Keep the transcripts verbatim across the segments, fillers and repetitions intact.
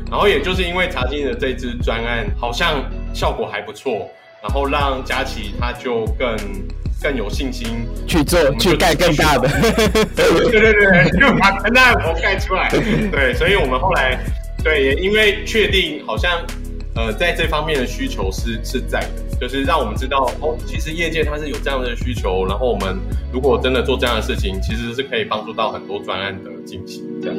然后也就是因为茶经的这支专案好像效果还不错，然后让佳琪他就更更有信心去做，去盖更大的。 对对对，就把更大的头盖出来。对，所以我们后来对，也因为确定好像呃在这方面的需求是是在的，就是让我们知道哦，其实业界它是有这样的需求，然后我们如果真的做这样的事情，其实是可以帮助到很多专案的进行这样。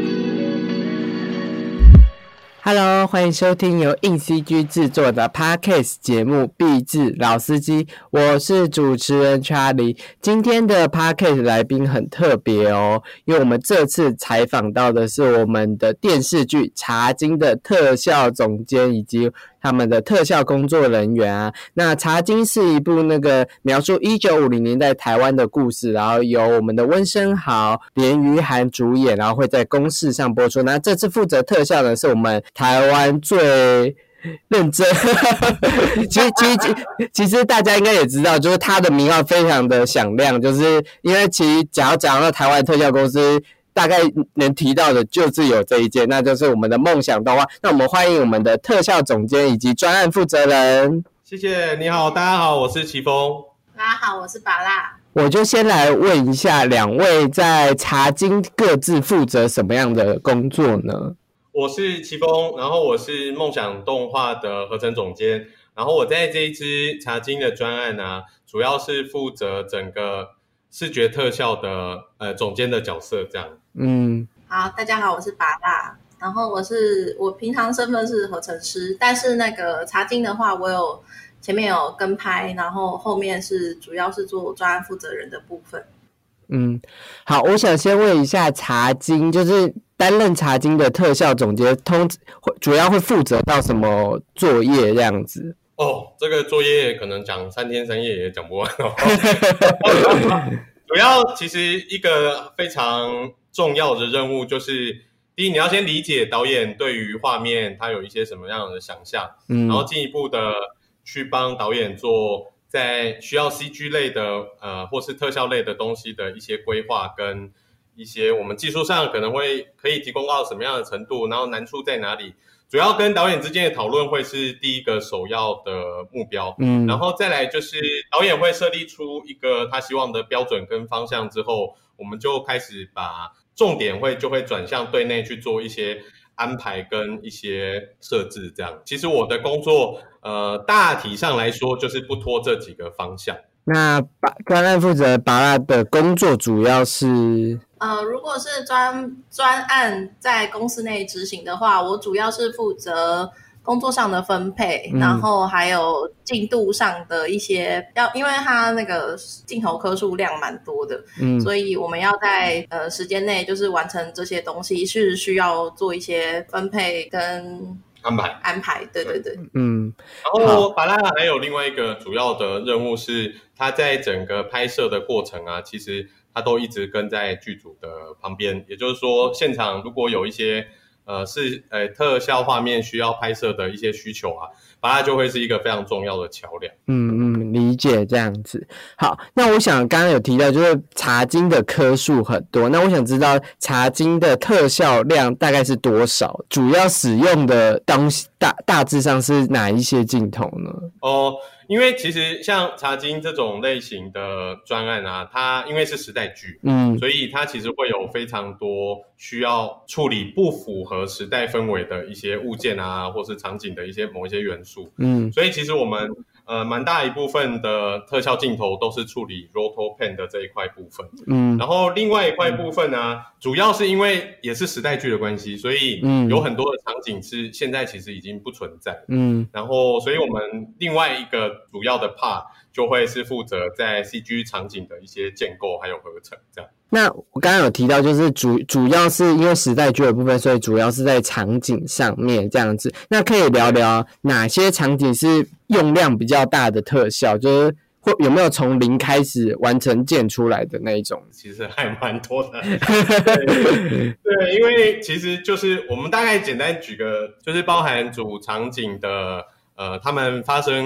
Hello， 欢迎收听由 I N C G 制作的 Podcast 节目《壁纸老司机》，我是主持人 Charlie。今天的 Podcast 来宾很特别哦，因为我们这次采访到的是我们的电视剧《茶经》的特效总监以及他们的特效工作人员啊。那《茶经》是一部那个描述一九五零年代台湾的故事，然后由我们的温升豪、连于涵主演，然后会在公视上播出。那这次负责特效的是我们台湾最认真其实其实其实大家应该也知道，就是他的名号非常的响亮，就是因为其实假如讲到台湾特效公司，大概能提到的就是有这一件，那就是我们的梦想动画。那我们欢迎我们的特效总监以及专案负责人。 谢谢，你好，大家好，我是奇峰。 大家好，我是芭辣。 我就先来问一下，两位在茶经各自负责什么样的工作呢？ 我是奇峰，然后我是梦想动画的合成总监，然后我在这一支茶经的专案啊，主要是负责整个视觉特效的呃总监的角色这样。 嗯， 好，大家好，我是芭辣，然后我是我平常身份是合成师，但是那个茶经的话，我有前面有跟拍，然后后面是主要是做专案负责人的部分。 嗯，好，我想先问一下茶经，就是担任茶经的特效总监，通主要会负责到什么作业这样子？ 哦，这个作业可能讲三天三夜也讲不完哦。主要其实一个非常重要的任务就是，第一，你要先理解导演对于画面他有一些什么样的想象，嗯，然后进一步的去帮导演做在需要 C G 类的呃或是特效类的东西的一些规划，跟一些我们技术上可能会可以提供到什么样的程度，然后难处在哪里，主要跟导演之间的讨论会是第一个首要的目标。嗯，然后再来就是导演会设立出一个他希望的标准跟方向之后，我们就开始把重点会就会转向对内去做一些安排跟一些设置这样。其实我的工作呃大体上来说就是不脱这几个方向。 那专案负责芭辣的工作主要是呃，如果是专专案在公司内执行的话，我主要是负责工作上的分配，嗯，然后还有进度上的一些要，因为它那个镜头颗数量蛮多的，嗯，所以我们要在呃时间内就是完成这些东西，是需要做一些分配跟安排安排，对对对， 嗯。 然后芭辣还有另外一个主要的任务是，他在整个拍摄的过程啊，其实他都一直跟在剧组的旁边，也就是说，现场如果有一些呃是呃特效画面需要拍摄的一些需求啊，芭辣就会是一个非常重要的桥梁。 嗯嗯，理解这样子。好，那我想刚刚有提到，就是茶经的颗数很多，那我想知道茶经的特效量大概是多少？主要使用的东西大大致上是哪一些镜头呢？ 哦。因为其实像茶经这种类型的专案啊，它因为是时代剧，嗯，所以它其实会有非常多需要处理不符合时代氛围的一些物件啊，或是场景的一些某一些元素，嗯，所以其实我们呃蛮大一部分的特效镜头都是处理 roto pen 的这一块部分，嗯，然后另外一块部分呢，啊，主要是因为也是时代剧的关系，所以有很多的场景是现在其实已经不存在，嗯，然后所以我们另外一个主要的 part 就会是负责在 C G 场景的一些建构还有合成这样。 那我刚刚有提到，就是主主要是因为时代剧的部分，所以主要是在场景上面这样子。那可以聊聊哪些场景是用量比较大的特效，就是会有没有从零开始完成建出来的那一种？ 其实还蛮多的。对, 对，因为其实就是我们大概简单举个，就是包含主场景的呃，他们发生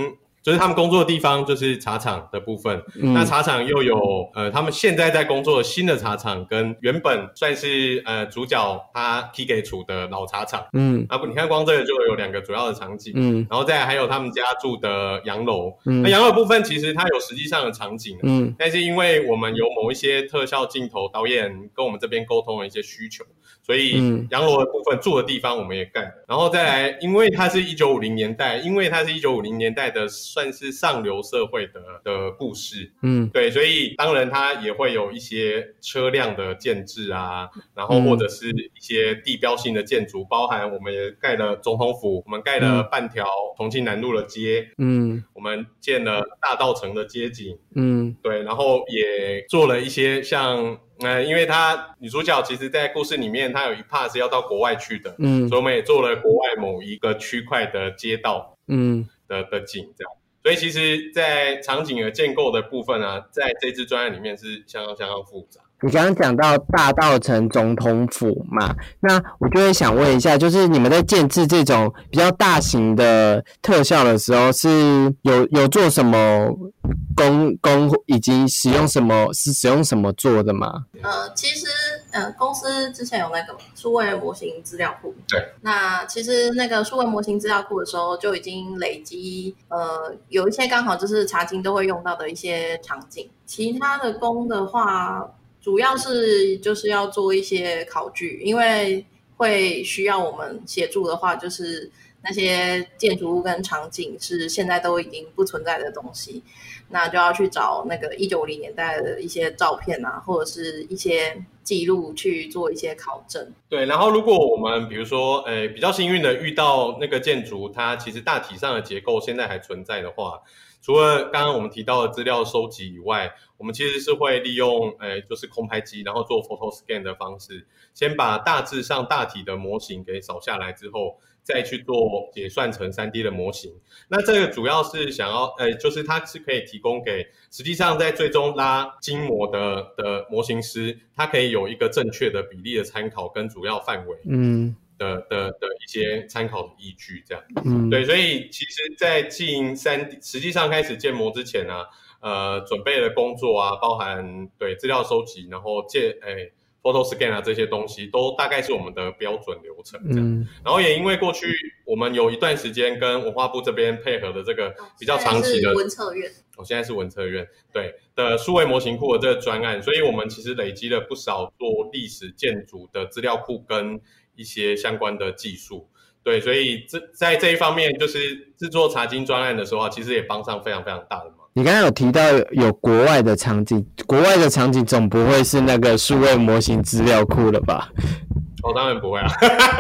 就是他们工作的地方就是茶厂的部分，嗯、那茶厂又有呃他们现在在工作的新的茶厂，跟原本算是呃主角他提给处的老茶厂，嗯，啊你看光这个就有两个主要的场景，嗯，然后再来还有他们家住的洋楼，嗯，那洋楼部分其实它有实际上的场景，嗯，但是因为我们有某一些特效镜头，导演跟我们这边沟通了一些需求，所以洋楼的部分住的地方我们也干，然后再来因为它是一九五零年代，因为它是一九五零年代的算是上流社会的的故事，嗯，对，所以当然它也会有一些车辆的建制啊，然后或者是一些地标性的建筑，包含我们也盖了总统府，我们盖了半条重庆南路的街，嗯，我们建了大稻埕的街景，嗯，对，然后也做了一些像呃，因为他女主角其实在故事里面她有一 part 是要到国外去的，嗯，所以我们也做了国外某一个区块的街道，嗯的的景这样，所以其实在场景的建构的部分啊，在这支专案里面是相当相当复杂。 你刚刚讲到大稻埕总统府嘛，那我就会想问一下，就是你们在建制这种比较大型的特效的时候，是有有做什么工工以及使用什么是使用什么做的吗？ 呃，其实呃公司之前有那个数位模型资料库， 对， 那其实那个数位模型资料库的时候就已经累积呃有一些刚好就是茶经都会用到的一些场景，其他的工的话。主要是就是要做一些考据，因为会需要我们协助的话，就是那些建筑物跟场景是现在都已经不存在的东西，那就要去找那个一九五零年代的一些照片啊，或者是一些记录去做一些考证。 对，然后如果我们比如说呃比较幸运的遇到那个建筑它其实大体上的结构现在还存在的话，除了刚刚我们提到的资料收集以外，我们其实是会利用呃就是空拍机，然后做 photo scan 的方式，先把大致上大体的模型给扫下来之后，再去做解算成 三 D 的模型。那这个主要是想要呃就是它是可以提供给实际上在最终拉筋膜的的模型师，它可以有一个正确的比例的参考跟主要范围。嗯。的的的一些参考的依据，这样，嗯，对，所以其实，在进三 D 实际上开始建模之前啊，呃，准备的工作啊，包含对资料收集，然后建诶 photo scan 啊这些东西，都大概是我们的标准流程，这样。嗯、然后也因为过去我们有一段时间跟文化部这边配合的这个比较长期的、 哦、文策院， 我、哦、现在是文策院对的数位模型库的这个专案，所以我们其实累积了不少做历史建筑的资料库跟一些相关的技术，对，所以这在这一方面，就是制作茶经专案的时候，其实也帮上非常非常大的忙。 你刚刚有提到有国外的场景，国外的场景总不会是那个数位模型资料库了吧？ 哦，当然不会啊，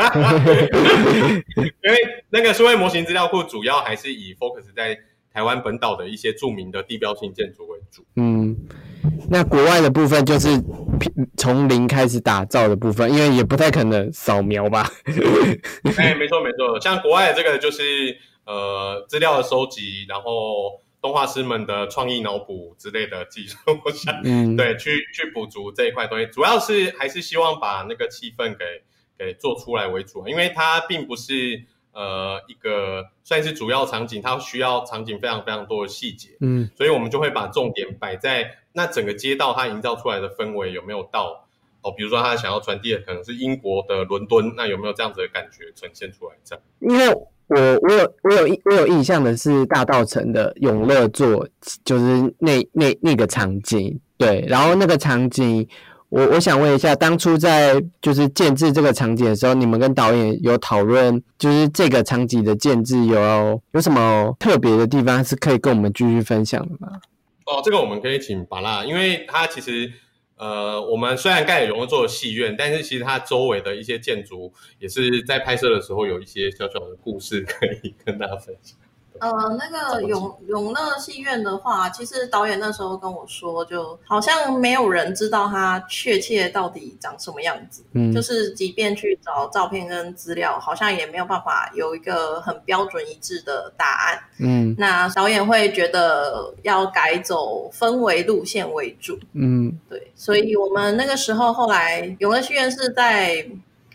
因为那个数位模型资料库主要还是以 focus 在台湾本岛的一些著名的地标性建筑为主。嗯。 那国外的部分就是从零开始打造的部分，因为也不太可能扫描吧。 哎，没错没错，像国外的这个就是呃资料的收集，然后动画师们的创意脑补之类的技术，嗯，对，去去补足这一块东西，主要是还是希望把那个气氛给给做出来为主，因为它并不是。呃，一个算是主要场景，它需要场景非常非常多的细节，嗯，所以我们就会把重点摆在那整个街道它营造出来的氛围有没有到哦，比如说他想要传递的可能是英国的伦敦，那有没有这样子的感觉呈现出来？这样， 因为我我有我有我有印象的是大稻埕的永乐座，就是那那那个场景，对，然后那个场景。我我想问一下，当初在就是建制这个场景的时候，你们跟导演有讨论，就是这个场景的建制有有什么特别的地方是可以跟我们继续分享的吗？ 哦，这个我们可以请巴拉，因为他其实呃，我们虽然盖了永乐座的戏院，但是其实它周围的一些建筑也是在拍摄的时候有一些小小的故事可以跟大家分享。 呃，那个永永乐戏院的话，其实导演那时候跟我说，就好像没有人知道它确切到底长什么样子，嗯，就是即便去找照片跟资料，好像也没有办法有一个很标准一致的答案，嗯，那导演会觉得要改走氛围路线为主，嗯，对，所以我们那个时候后来永乐戏院是在。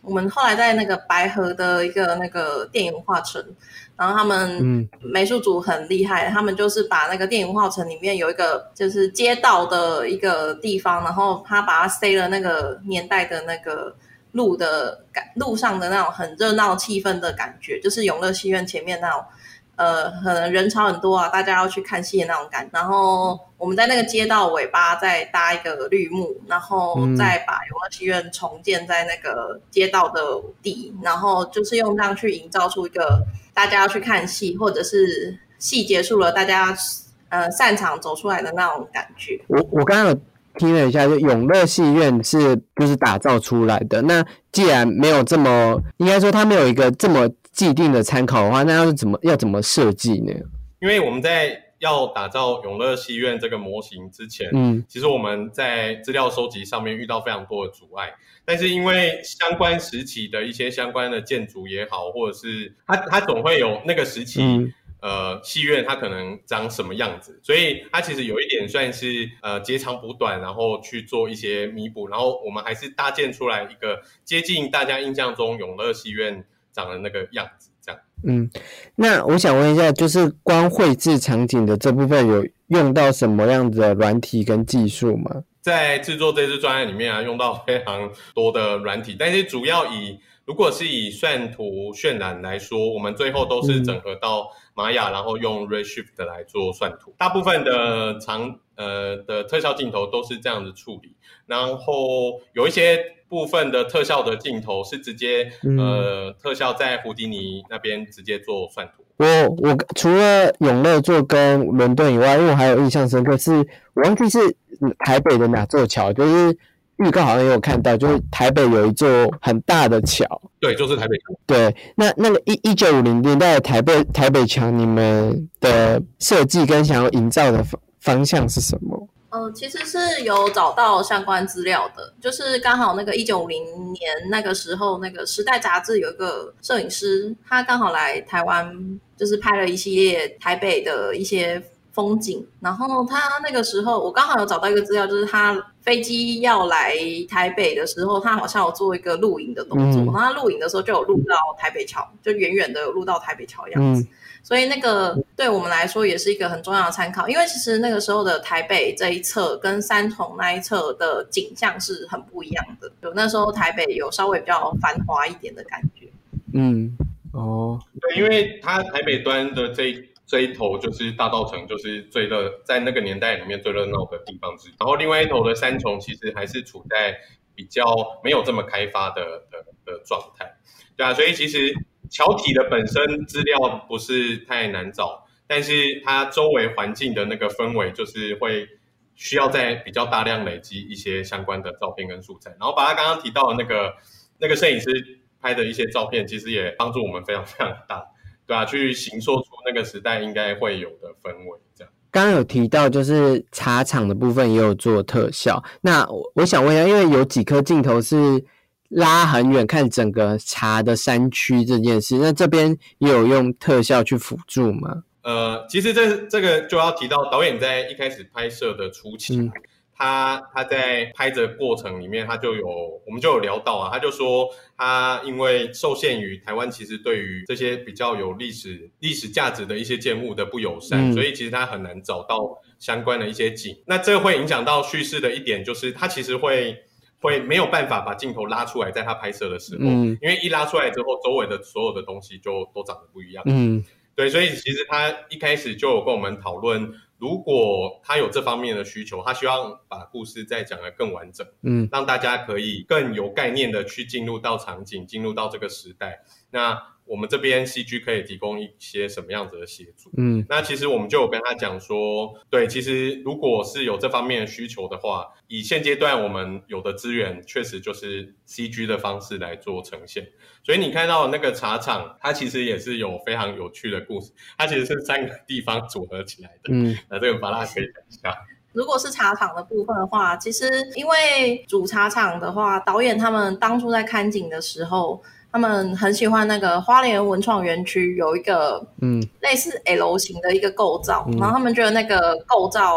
我们后来在那个白河的一个那个电影文化城，然后他们美术组很厉害，他们就是把那个电影文化城里面有一个就是街道的一个地方，然后他把它塞了那个年代的那个路的路上的那种很热闹气氛的感觉，就是永乐戏院前面那种呃，可能人潮很多啊，大家要去看戏的那种感觉。然后我们在那个街道尾巴再搭一个绿幕，然后再把永乐戏院重建在那个街道的底，然后就是用这样去营造出一个大家要去看戏，或者是戏结束了，大家呃散场走出来的那种感觉。 我我刚刚有听了一下，就永乐戏院是就是打造出来的。那既然没有这么，应该说它没有一个这么既定的参考的话，那要是怎么要怎么设计呢？ 因为我们在要打造永乐戏院这个模型之前， 嗯， 其实我们在资料收集上面遇到非常多的阻碍，但是因为相关时期的一些相关的建筑也好，或者是它它总会有那个时期。嗯呃，戏院它可能长什么样子，所以它其实有一点算是呃截长补短，然后去做一些弥补，然后我们还是搭建出来一个接近大家印象中永乐戏院长的那个样子，这样。 嗯，那我想问一下，就是光绘制场景的这部分有用到什么样的软体跟技术吗？ 在制作这支专案里面啊，用到非常多的软体，但是主要以如果是以算图渲染来说，我们最后都是整合到玛雅，然后用 Redshift 来做算图。大部分的长呃的特效镜头都是这样子处理，然后有一些部分的特效的镜头是直接、嗯、呃特效在胡迪尼那边直接做算图。 我我除了永乐座跟伦敦以外，因为我还有印象深刻是，我忘记是台北的哪座桥，就是预告好像也有看到，就是台北有一座很大的桥。 对，就是台北桥。 对，那那个一一九五零年代的台北台北桥，你们的设计跟想要营造的方向是什么？ 呃，其实是有找到相关资料的，就是刚好那个一九五零年那个时候，那个时代杂志有一个摄影师，他刚好来台湾，就是拍了一系列台北的一些风景。然后他那个时候，我刚好有找到一个资料，就是他飞机要来台北的时候，他好像有做一个录影的动作，嗯、然后他录影的时候就有录到台北桥，就远远的有录到台北桥的样子。嗯，所以那个对我们来说也是一个很重要的参考，因为其实那个时候的台北这一侧跟三重那一侧的景象是很不一样的，就那时候台北有稍微比较繁华一点的感觉。 嗯，哦， 对，因为它台北端的这一这一头就是大稻埕，就是最热，在那个年代里面最热闹的地方之一。然后另外一头的三重其实还是处在比较没有这么开发的的的状态，对啊，所以其实桥体的本身资料不是太难找，但是它周围环境的那个氛围就是会需要在比较大量累积一些相关的照片跟素材，然后把它刚刚提到的那个那个摄影师拍的一些照片，其实也帮助我们非常非常大，对啊，去形塑出那个时代应该会有的氛围，这样。 刚刚有提到就是茶厂的部分也有做特效，那我想问一下，因为有几颗镜头是拉很远看整个茶的山区这件事，那这边也有用特效去辅助吗？ 呃，其实这这个就要提到导演在一开始拍摄的初期，嗯、他他在拍的过程里面，他就有我们就有聊到啊，他就说他因为受限于台湾其实对于这些比较有历史历史价值的一些建物的不友善，嗯、所以其实他很难找到相关的一些景。那这会影响到叙事的一点就是，他其实会。会没有办法把镜头拉出来，在他拍摄的时候，嗯、因为一拉出来之后，周围的所有的东西就都长得不一样。嗯，对，所以其实他一开始就有跟我们讨论，如果他有这方面的需求，他希望把故事再讲得更完整，嗯，让大家可以更有概念的去进入到场景，进入到这个时代。那我们这边 C G 可以提供一些什么样子的协助？嗯，那其实我们就有跟他讲说，对，其实如果是有这方面的需求的话，以现阶段我们有的资源，确实就是 C G 的方式来做呈现。所以你看到那个茶厂，它其实也是有非常有趣的故事，它其实是三个地方组合起来的。嗯，那这个巴拉可以讲一下。 如果是茶厂的部分的话，其实因为主茶厂的话，导演他们当初在看景的时候，他们很喜欢那个花莲文创园区有一个嗯类似 L 型的一个构造，嗯、然后他们觉得那个构造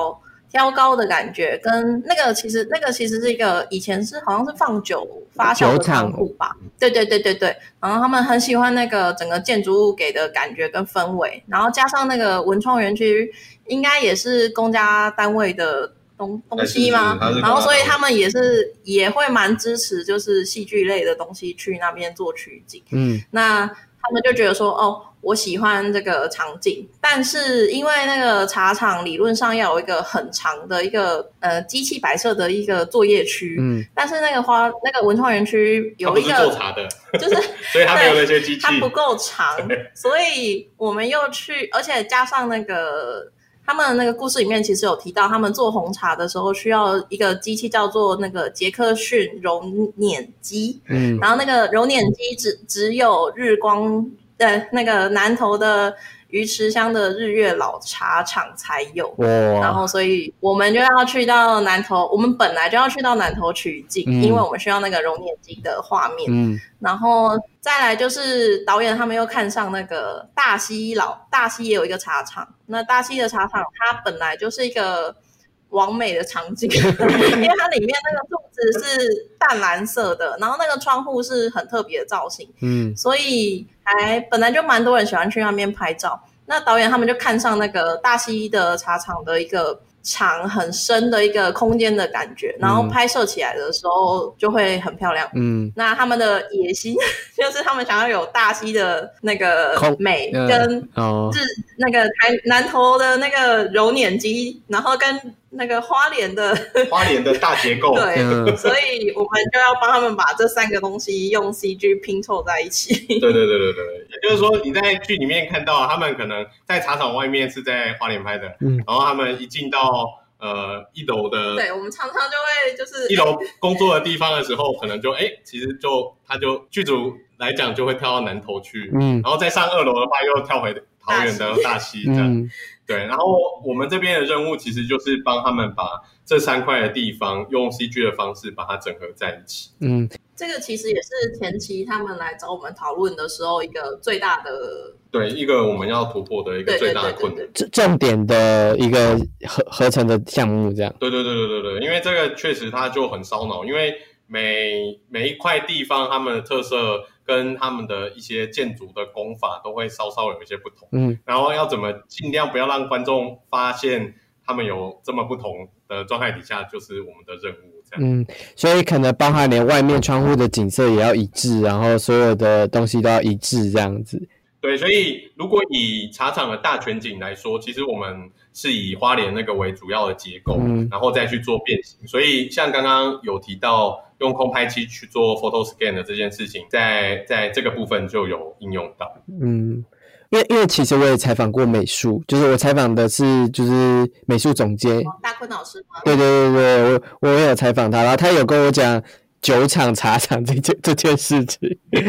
挑高的感觉，跟那个其实那个其实是一个以前是好像是放酒发酵的仓库吧，对对对对对，然后他们很喜欢那个整个建筑物给的感觉跟氛围，然后加上那个文创园区应该也是公家单位的东东西吗？然后所以他们也是也会蛮支持就是戏剧类的东西去那边做取景，嗯，那他们就觉得说哦。我喜欢这个场景，但是因为那个茶厂理论上要有一个很长的一个呃机器摆设的一个作业区，嗯，但是那个花那个文创园区有一个它不是做茶的， 就是所以它没有那些机器， 它不够长，所以我们又去，而且加上那个他们那个故事里面其实有提到，他们做红茶的时候需要一个机器叫做那个杰克逊揉捻机，嗯，然后那个揉捻机只只有日光。对，那个南投的鱼池乡的日月老茶厂才有，然后所以我们就要去到南投，我们本来就要去到南投取景，嗯、因为我们需要那个揉捻机的画面，嗯，然后再来就是导演他们又看上那个大溪老大溪也有一个茶厂，那大溪的茶厂它本来就是一个完美的场景，因为它里面那个柱子是淡蓝色的，然后那个窗户是很特别的造型，嗯，所以还本来就蛮多人喜欢去那边拍照。那导演他们就看上那个大溪的茶厂的一个长很深的一个空间的感觉，然后拍摄起来的时候就会很漂亮。嗯，那他们的野心就是他们想要有大溪的那个美跟日、哦、那个台南投的那个揉捻机，然后跟那个花莲的花莲的大结构， 对、嗯，所以我们就要帮他们把这三个东西用 C G 拼凑在一起。 对对对对对，也就是说你在剧里面看到他们可能在茶厂外面是在花莲拍的，嗯，然后他们一进到呃一楼的， 对，我们常常就会就是一楼工作的地方的时候，可能就哎，其实就他就剧组来讲就会跳到南投去，嗯，然后再上二楼的话又跳回桃园的大溪这样。嗯，对，然后我们这边的任务其实就是帮他们把这三块的地方用 C G 的方式把它整合在一起。嗯， 这个其实也是前期他们来找我们讨论的时候一个最大的， 对，一个我们要突破的一个最大的困难， 重点的一个合合成的项目这样。 对对对对对对，因为这个确实它就很烧脑，因为每每一块地方他们的特色跟他们的一些建筑的工法都会稍稍有一些不同，嗯，然后要怎么尽量不要让观众发现他们有这么不同的状态底下，就是我们的任务这样。 嗯，所以可能包含连外面窗户的景色也要一致，然后所有的东西都要一致这样子。 对，所以如果以茶厂的大全景来说，其实我们是以花莲那个为主要的结构，嗯，然后再去做变形。所以像刚刚有提到用空拍机去做 photo scan 的这件事情，在在这个部分就有应用到。 嗯，因为因为其实我也采访过美术，就是我采访的是就是美术总监、哦、 大坤老师吗？ 对对对对，我我也有采访他，然后他有跟我讲酒厂茶厂这件这件事情。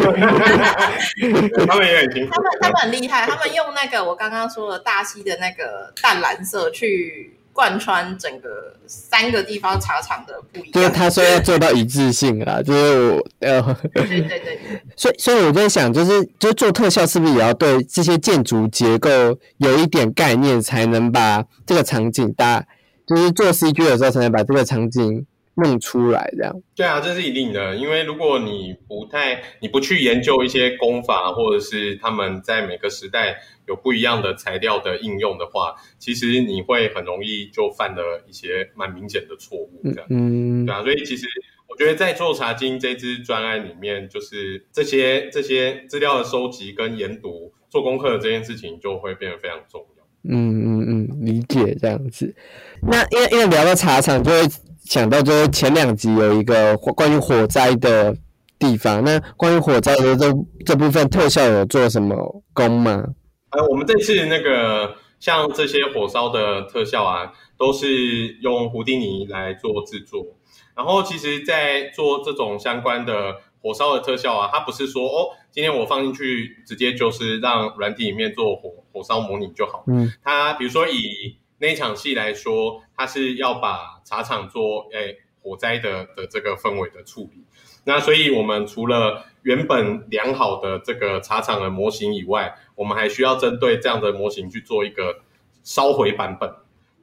他们也很辛苦， 他们他们很厉害，他们用那个我刚刚说的大溪的那个淡蓝色去贯穿整个三个地方茶厂的不一样， 就是他说要做到一致性啦，就是我呃， 对对对对， 所以所以我在想，就是就是做特效是不是也要对这些建筑结构有一点概念，才能把这个场景搭，就是做 C G 的时候才能把这个场景弄出来这样。 对啊，这是一定的，因为如果你不太你不去研究一些工法，或者是他们在每个时代有不一样的材料的应用的话，其实你会很容易就犯了一些蛮明显的错误这样。嗯，对啊，所以其实我觉得在做茶经这支专案里面，就是这些这些资料的收集跟研读做功课的这件事情就会变得非常重要。 嗯嗯嗯，理解这样子。那因为因为聊到茶厂，就会想到就是前两集有一个关于火灾的地方，那关于火灾的这这部分特效有做什么工吗？ 呃，我们这次那个像这些火烧的特效啊，都是用胡迪尼来做制作。然后其实在做这种相关的火烧的特效啊，它不是说哦，今天我放进去直接就是让软体里面做火火烧模拟就好。嗯，它比如说以那一场戏来说，它是要把茶厂做诶火灾的的这个氛围的处理。那所以我们除了原本良好的这个茶厂的模型以外，我们还需要针对这样的模型去做一个烧毁版本。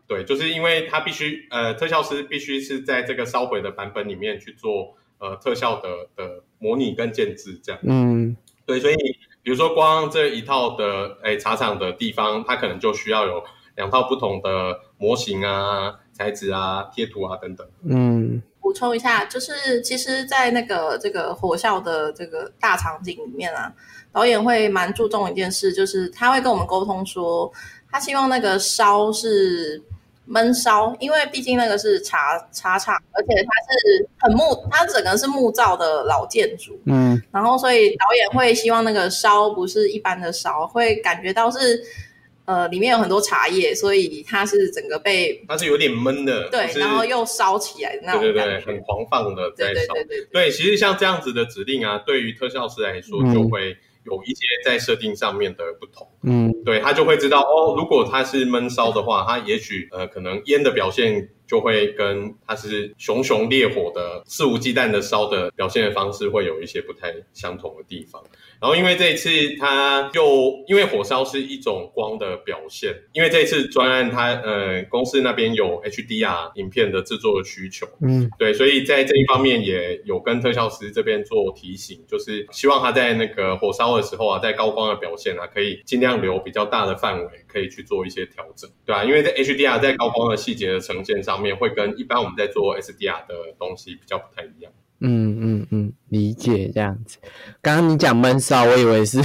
对，就是因为它必须呃特效师必须是在这个烧毁的版本里面去做呃特效的的模拟跟建制这样。 嗯， 对，所以比如说光这一套的诶茶厂的地方，它可能就需要有两套不同的模型啊、材质啊、贴图啊等等。 嗯， 补充一下，就是其实，在那个这个火效的这个大场景里面啊，导演会蛮注重一件事，就是他会跟我们沟通说，他希望那个烧是焖烧，因为毕竟那个是茶茶厂，而且它是很木，它整个是木造的老建筑， 嗯， 然后所以导演会希望那个烧不是一般的烧，会感觉到是。呃，里面有很多茶叶，所以它是整个被它是有点闷的， 对，然后又烧起来的那种感觉， 对对对，很狂放的在烧。 对对对对对， 对，其实像这样子的指令啊，对于特效师来说，就会有一些在设定上面的不同。 嗯， 对，他就会知道哦，如果它是闷烧的话，它也许呃可能烟的表现就会跟它是熊熊烈火的肆无忌惮的烧的表现的方式会有一些不太相同的地方。然后因为这一次它又因为火烧是一种光的表现，因为这一次专案它呃公司那边有 H D R 影片的制作的需求， 嗯， 对，所以在这一方面也有跟特效师这边做提醒，就是希望他在那个火烧的时候啊，在高光的表现啊，可以尽量留比较大的范围，可以去做一些调整，对啊，因为在 H D R 在高光的细节的呈现上面，会跟一般我们在做 S D R 的东西比较不太一样。 嗯嗯嗯，理解这样子。刚刚你讲闷烧，我以为是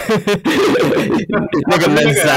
那个闷烧，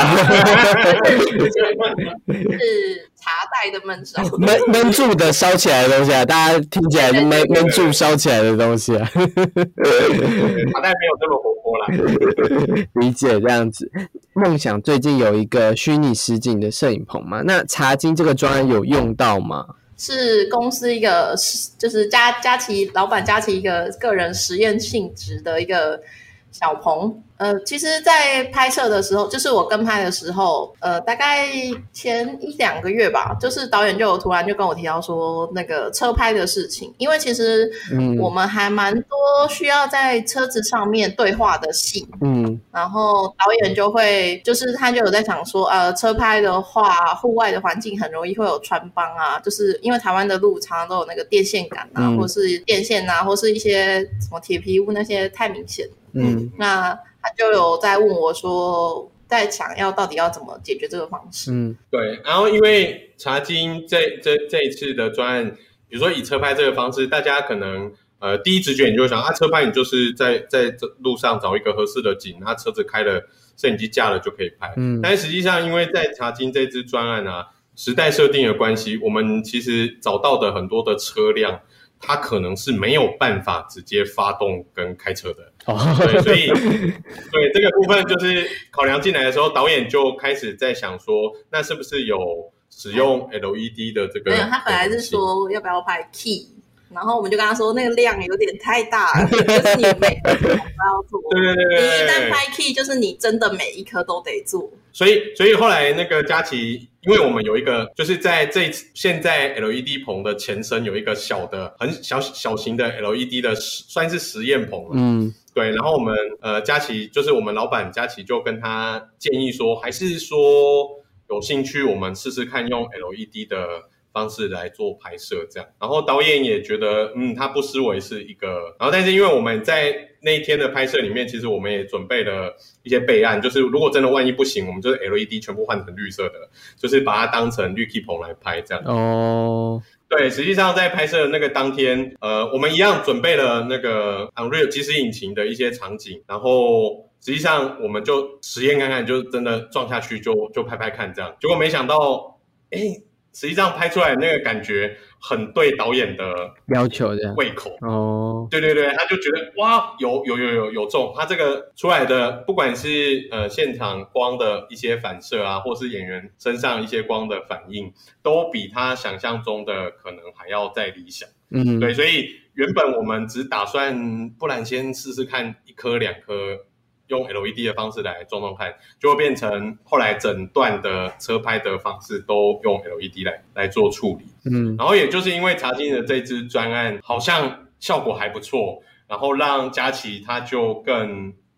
是茶带的闷烧， 闷闷住的烧起来的东西啊，大家听起来就闷闷住烧起来的东西啊。 茶带没有这么活泼啦。 理解这样子。梦想最近有一个虚拟实景的摄影棚嘛？那茶金这个专案有用到吗？ 是公司一个就是佳佳琪老板佳琪一个个人实验性质的一个小棚。呃，其实在拍摄的时候，就是我跟拍的时候，呃，大概前一两个月吧，就是导演就有突然就跟我提到说那个车拍的事情，因为其实我们还蛮多需要在车子上面对话的戏，嗯，然后导演就会就是他就有在想说，呃，车拍的话，户外的环境很容易会有穿帮啊，就是因为台湾的路常常都有那个电线杆啊，嗯、或是电线啊，或是一些什么铁皮屋那些太明显，嗯，那。他就有在问我说，在想要到底要怎么解决这个方式。嗯， 对。然后因为茶金这这这一次的专案，比如说以车拍这个方式，大家可能呃第一直觉你就会想啊，车拍你就是在在路上找一个合适的景，那车子开了，摄影机架了就可以拍。嗯，但实际上因为在茶金这支专案啊，时代设定的关系，我们其实找到的很多的车辆。它可能是没有办法直接发动跟开车的，哦、对，所以对这个部分就是考量进来的时候，导演就开始在想说，那是不是有使用 L E D 的这个？ 没有，他本来是说要不要拍 key， 然后我们就跟他说那个量有点太大了，就是你每颗都要做， 对对对对， 你一旦拍 key， 就是你真的每一颗都得做。 所以，所以后来那个佳琪，因为我们有一个，就是在这现在 L E D 棚的前身有一个小的、很小小型的 L E D 的，算是实验棚了。嗯，对。然后我们呃，佳琪就是我们老板佳琪就跟他建议说，还是说有兴趣我们试试看用 L E D 的方式来做拍摄，这样。然后导演也觉得，嗯，他不失为是一个。然后，但是因为我们在那一天的拍摄里面，其实我们也准备了一些备案，就是如果真的万一不行，我们就是 L E D 全部换成绿色的，就是把它当成绿 key 棚来拍这样。哦，对，实际上在拍摄的那个当天，呃，我们一样准备了那个 Unreal 即时引擎的一些场景，然后实际上我们就实验看看，就真的撞下去就就拍拍看这样。结果没想到，哎。实际上拍出来的那个感觉很对导演的要求的胃口哦，对对对，他就觉得哇，有有有有有中，他这个出来的不管是呃现场光的一些反射啊，或是演员身上一些光的反应，都比他想象中的可能还要再理想。嗯，对，所以原本我们只打算，不然先试试看一颗两颗。用 L E D 的方式来撞撞看，就会变成后来整段的车拍的方式都用 L E D 来来做处理。嗯，然后也就是因为茶金的这支专案好像效果还不错，然后让佳琪他就更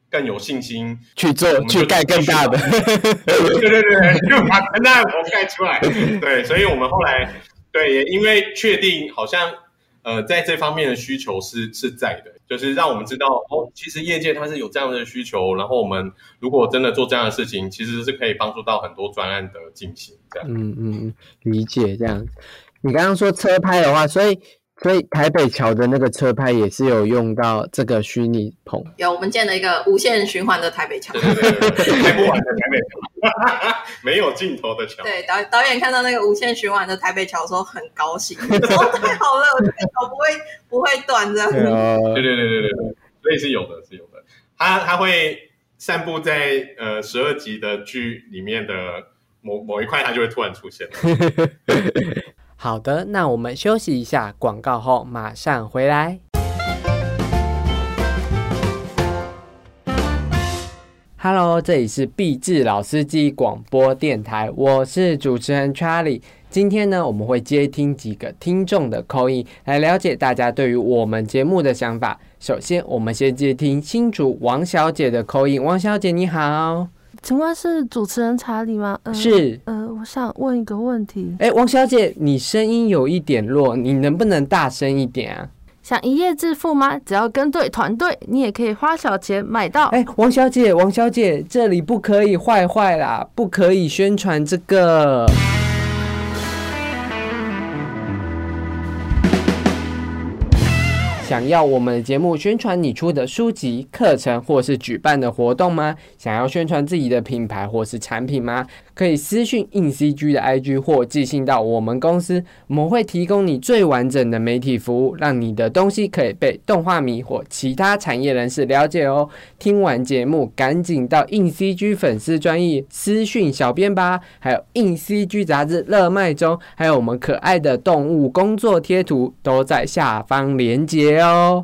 更有信心去做，去盖更大的。 对对对，就把更大的头盖出来。对，所以我们后来对，也因为确定好像呃在这方面的需求是是在的，就是让我们知道哦，其实业界它是有这样的需求，然后我们如果真的做这样的事情，其实是可以帮助到很多专案的进行。这样， 嗯嗯，理解这样。你刚刚说车拍的话，所以。所以台北桥的那个车拍也是有用到这个虚拟棚， 有我们建了一个无限循环的台北桥， 对对对对，开不完的台北桥，没有尽头的桥。 对，导导演看到那个无限循环的台北桥的时候很高兴，说太好了，我这个桥不会不会断这样。 对对对对对对，所以是有的，是有的。他他会散布在呃十二集的剧里面的某某一块，它就会突然出现。 好的，那我们休息一下，广告后马上回来。Hello， 这里是毕志老司机广播电台，我是主持人 Charlie。今天呢，我们会接听几个听众的 call in， 来了解大家对于我们节目的想法。首先，我们先接听新竹王小姐的 call in。王小姐你好。 请问是主持人查理吗？呃、 是。 呃，我想问一个问题。 哎，王小姐，你声音有一点弱，你能不能大声一点啊？ 想一夜致富吗？只要跟对团队，你也可以花小钱买到。 哎，王小姐，王小姐，这里不可以坏坏啦，不可以宣传这个。想要我们的节目宣传你出的书籍、课程或是举办的活动吗？想要宣传自己的品牌或是产品吗？可以私讯 I N C G 的 I G 或寄信到我们公司，我们会提供你最完整的媒体服务，让你的东西可以被动画迷或其他产业人士了解哦。听完节目赶紧到 I N C G 粉丝专页私讯小编吧，还有 I N C G 杂志热卖中，还有我们可爱的动物工作贴图都在下方连结哦。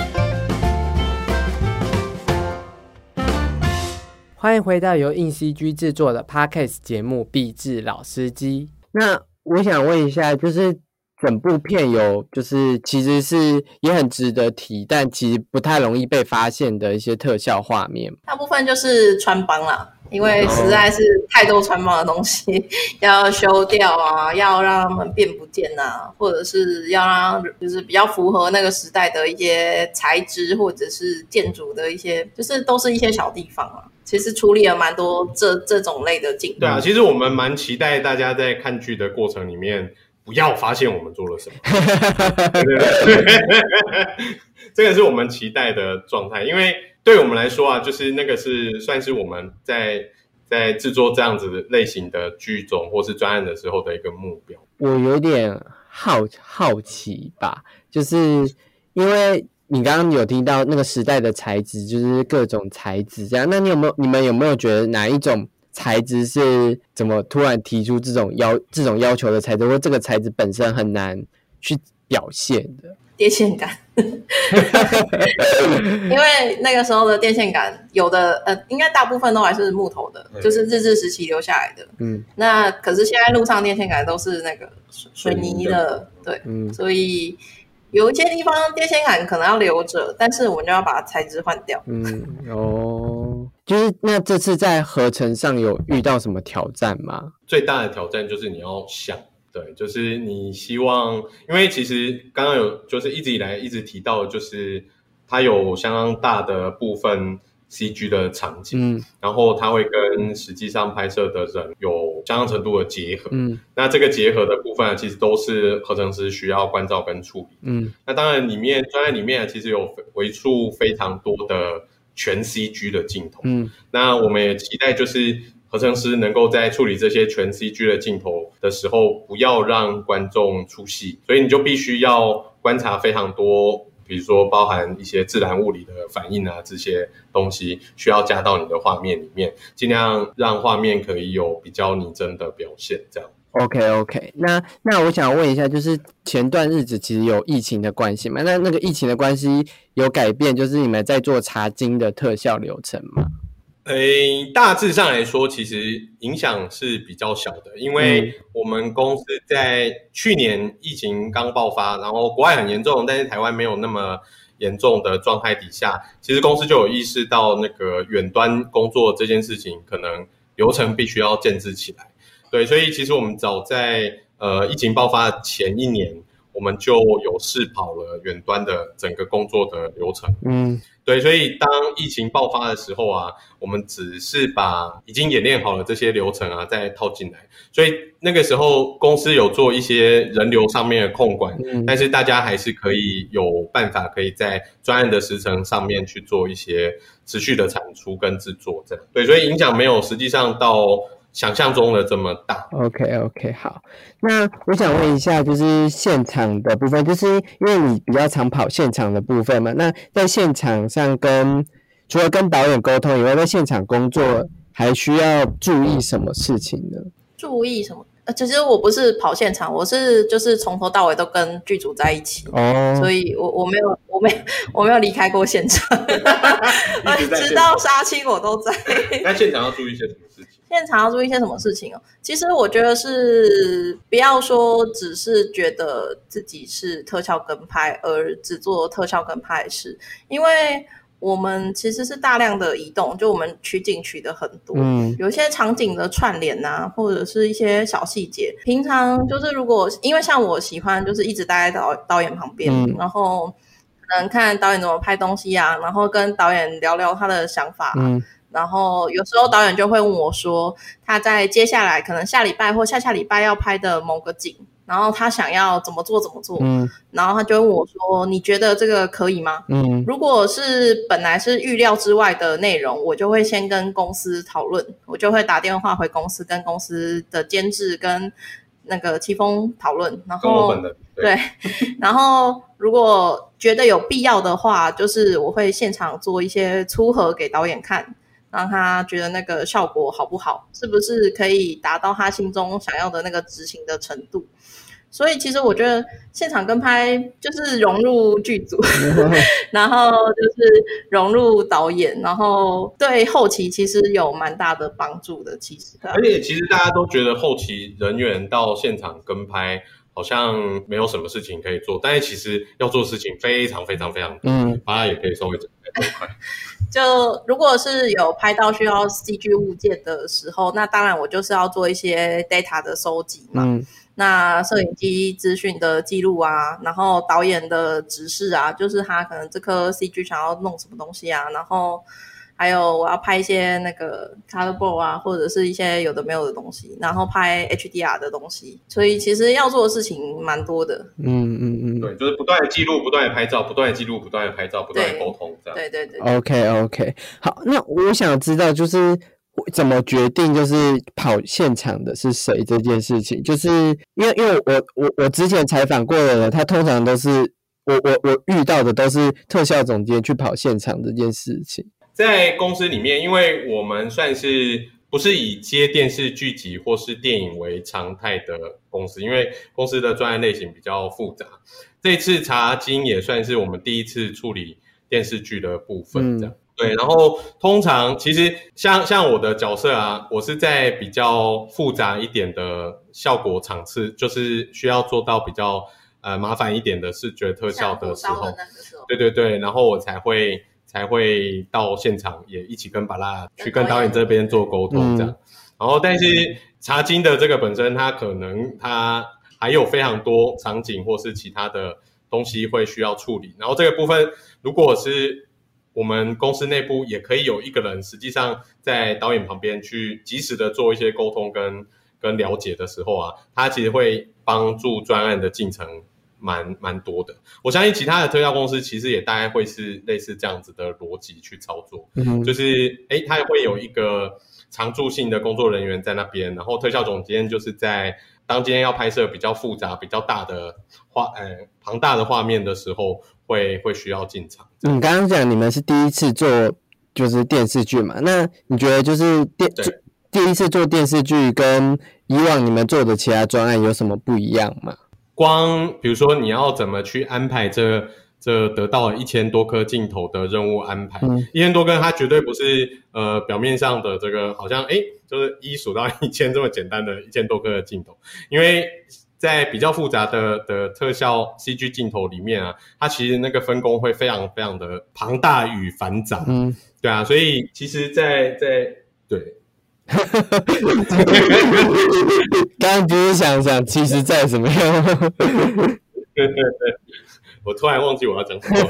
欢迎回到由 I N C G 制作的 Podcast 节目《毕志老司机》。那我想问一下，就是整部片有，就是其实是也很值得提，但其实不太容易被发现的一些特效画面。 大部分就是穿帮啦，因为实在是太多穿帮的东西要修掉啊，要让他们变不见啊，或者是要让就是比较符合那个时代的一些材质或者是建筑的一些，就是都是一些小地方啊。其实处理了蛮多这这种类的镜头。 对啊，其实我们蛮期待大家在看剧的过程里面不要发现我们做了什么。对对对，这个是我们期待的状态，因为对我们来说啊，就是那个是算是我们在在制作这样子类型的剧种或是专案的时候的一个目标。 我有点好好奇吧，就是因为你刚刚有听到那个时代的材质，就是各种材质这样，那你有没有你们有没有觉得哪一种材质是怎么突然提出这种要这种要求的材质，或这个材质本身很难去表现的？ 电线杆因为那个时候的电线杆有的呃，应该大部分都还是木头的，就是日治时期留下来的。嗯，那可是现在路上电线杆都是那个水泥的，对，嗯，所以有一些地方电线杆可能要留着，但是我们就要把材质换掉。 嗯，哦，就是那这次在合成上有遇到什么挑战吗？ 最大的挑战就是你要想。对，就是你希望，因为其实刚刚有就是一直以来一直提到，就是它有相当大的部分 C G 的场景，嗯，然后它会跟实际上拍摄的人有相当程度的结合，嗯，那这个结合的部分其实都是合成师需要关照跟处理，嗯，那当然里面专案里面其实有为数非常多的全 C G 的镜头，嗯，那我们也期待就是合成师能够在处理这些全 C G 的镜头的时候，不要让观众出戏，所以你就必须要观察非常多，比如说包含一些自然物理的反应啊，这些东西需要加到你的画面里面，尽量让画面可以有比较拟真的表现，这样。 OK OK， 那那我想问一下，就是前段日子其实有疫情的关系嘛？那那个疫情的关系有改变，就是你们在做茶经的特效流程吗？ 诶，大致上来说，其实影响是比较小的，因为我们公司在去年疫情刚爆发，然后国外很严重，但是台湾没有那么严重的状态底下，其实公司就有意识到那个远端工作这件事情，可能流程必须要建制起来。对，所以其实我们早在呃疫情爆发前一年，我们就有试跑了远端的整个工作的流程。嗯，对，所以当疫情爆发的时候啊，我们只是把已经演练好了这些流程啊再套进来。所以那个时候公司有做一些人流上面的控管，嗯，但是大家还是可以有办法可以在专案的时程上面去做一些持续的产出跟制作这样。对，所以影响没有实际上到想象中的这么大。 OK OK 好，那我想问一下，就是现场的部分，就是因为你比较常跑现场的部分嘛，那在现场上跟除了跟导演沟通以外，在现场工作还需要注意什么事情呢？ 注意什么？呃，其实我不是跑现场，我是就是从头到尾都跟剧组在一起，哦，所以我我没有我没有我没有离开过现场，直到杀青我都在。 那现场要注意些什么事情？ 现场要注意些什么事情哦？其实我觉得是不要说只是觉得自己是特效跟拍而只做特效跟拍的事，因为我们其实是大量的移动，就我们取景取的很多，嗯，有一些场景的串联啊，或者是一些小细节。平常就是如果因为像我喜欢就是一直待在导导演旁边，嗯，然后可能看导演怎么拍东西啊，然后跟导演聊聊他的想法，嗯，然后有时候导演就会问我说，他在接下来可能下礼拜或下下礼拜要拍的某个景，然后他想要怎么做怎么做，嗯，然后他就问我说，你觉得这个可以吗？嗯，如果是本来是预料之外的内容，我就会先跟公司讨论，我就会打电话回公司跟公司的监制跟那个戚风讨论，然后对，然后如果觉得有必要的话，就是我会现场做一些粗核给导演看，让他觉得那个效果好不好，是不是可以达到他心中想要的那个执行的程度。所以其实我觉得现场跟拍就是融入剧组然后就是融入导演，然后对后期其实有蛮大的帮助的。其实而且其实大家都觉得后期人员到现场跟拍好像没有什么事情可以做，但是其实要做的事情非常非常非常多，嗯，大家也可以稍微整理这一块。 就如果是有拍到需要 C G 物件的时候，那当然我就是要做一些 data 的收集嘛，嗯，那摄影机资讯的记录啊，然后导演的指示啊，就是他可能这颗 C G 想要弄什么东西啊，然后还有我要拍一些那个 colorboard 啊，或者是一些有的没有的东西，然后拍 H D R 的东西，所以其实要做的事情蛮多的。 嗯嗯嗯， 对，就是不断的记录，不断的拍照，不断的记录，不断的拍照，不断的沟通，这样。 对对对对。 OK OK， 好，那我想知道就是怎么决定就是跑现场的是谁这件事情，就是因为因为我我我之前采访过的人，他通常都是我我我遇到的都是特效总监去跑现场这件事情。 在公司里面，因为我们算是不是以接电视剧集或是电影为常态的公司，因为公司的专案类型比较复杂。这次茶金也算是我们第一次处理电视剧的部分，这样。嗯，对，然后通常其实像像我的角色啊，我是在比较复杂一点的效果场次，就是需要做到比较呃麻烦一点的视觉特效的时候，对对对，然后我才会才会到现场也一起跟巴拉去跟导演这边做沟通这样。嗯，然后但是茶金的这个本身它可能它还有非常多场景或是其他的东西会需要处理，然后这个部分如果是我们公司内部也可以有一个人实际上在导演旁边去及时的做一些沟通跟跟了解的时候啊，他其实会帮助专案的进程蛮蛮多的。我相信其他的特效公司其实也大概会是类似这样子的逻辑去操作，嗯，就是诶他会有一个常驻性的工作人员在那边，然后特效总监就是在当今天要拍摄比较复杂比较大的画呃庞大的画面的时候会会需要进场。 你刚刚讲你们是第一次做就是电视剧嘛，那你觉得就是电第一次做电视剧跟以往你们做的其他专案有什么不一样吗？ 光比如说你要怎么去安排这这得到了一千多颗镜头的任务安排，嗯，一千多颗它绝对不是呃表面上的这个好像诶就是一数到一千这么简单的一千多颗的镜头，因为在比较复杂的的特效 C G 镜头里面啊，它其实那个分工会非常非常的庞大与繁杂。嗯，对啊，所以其实在在对。 刚刚就是想想，其实在什么样？ 对对对，我突然忘记我要讲什么，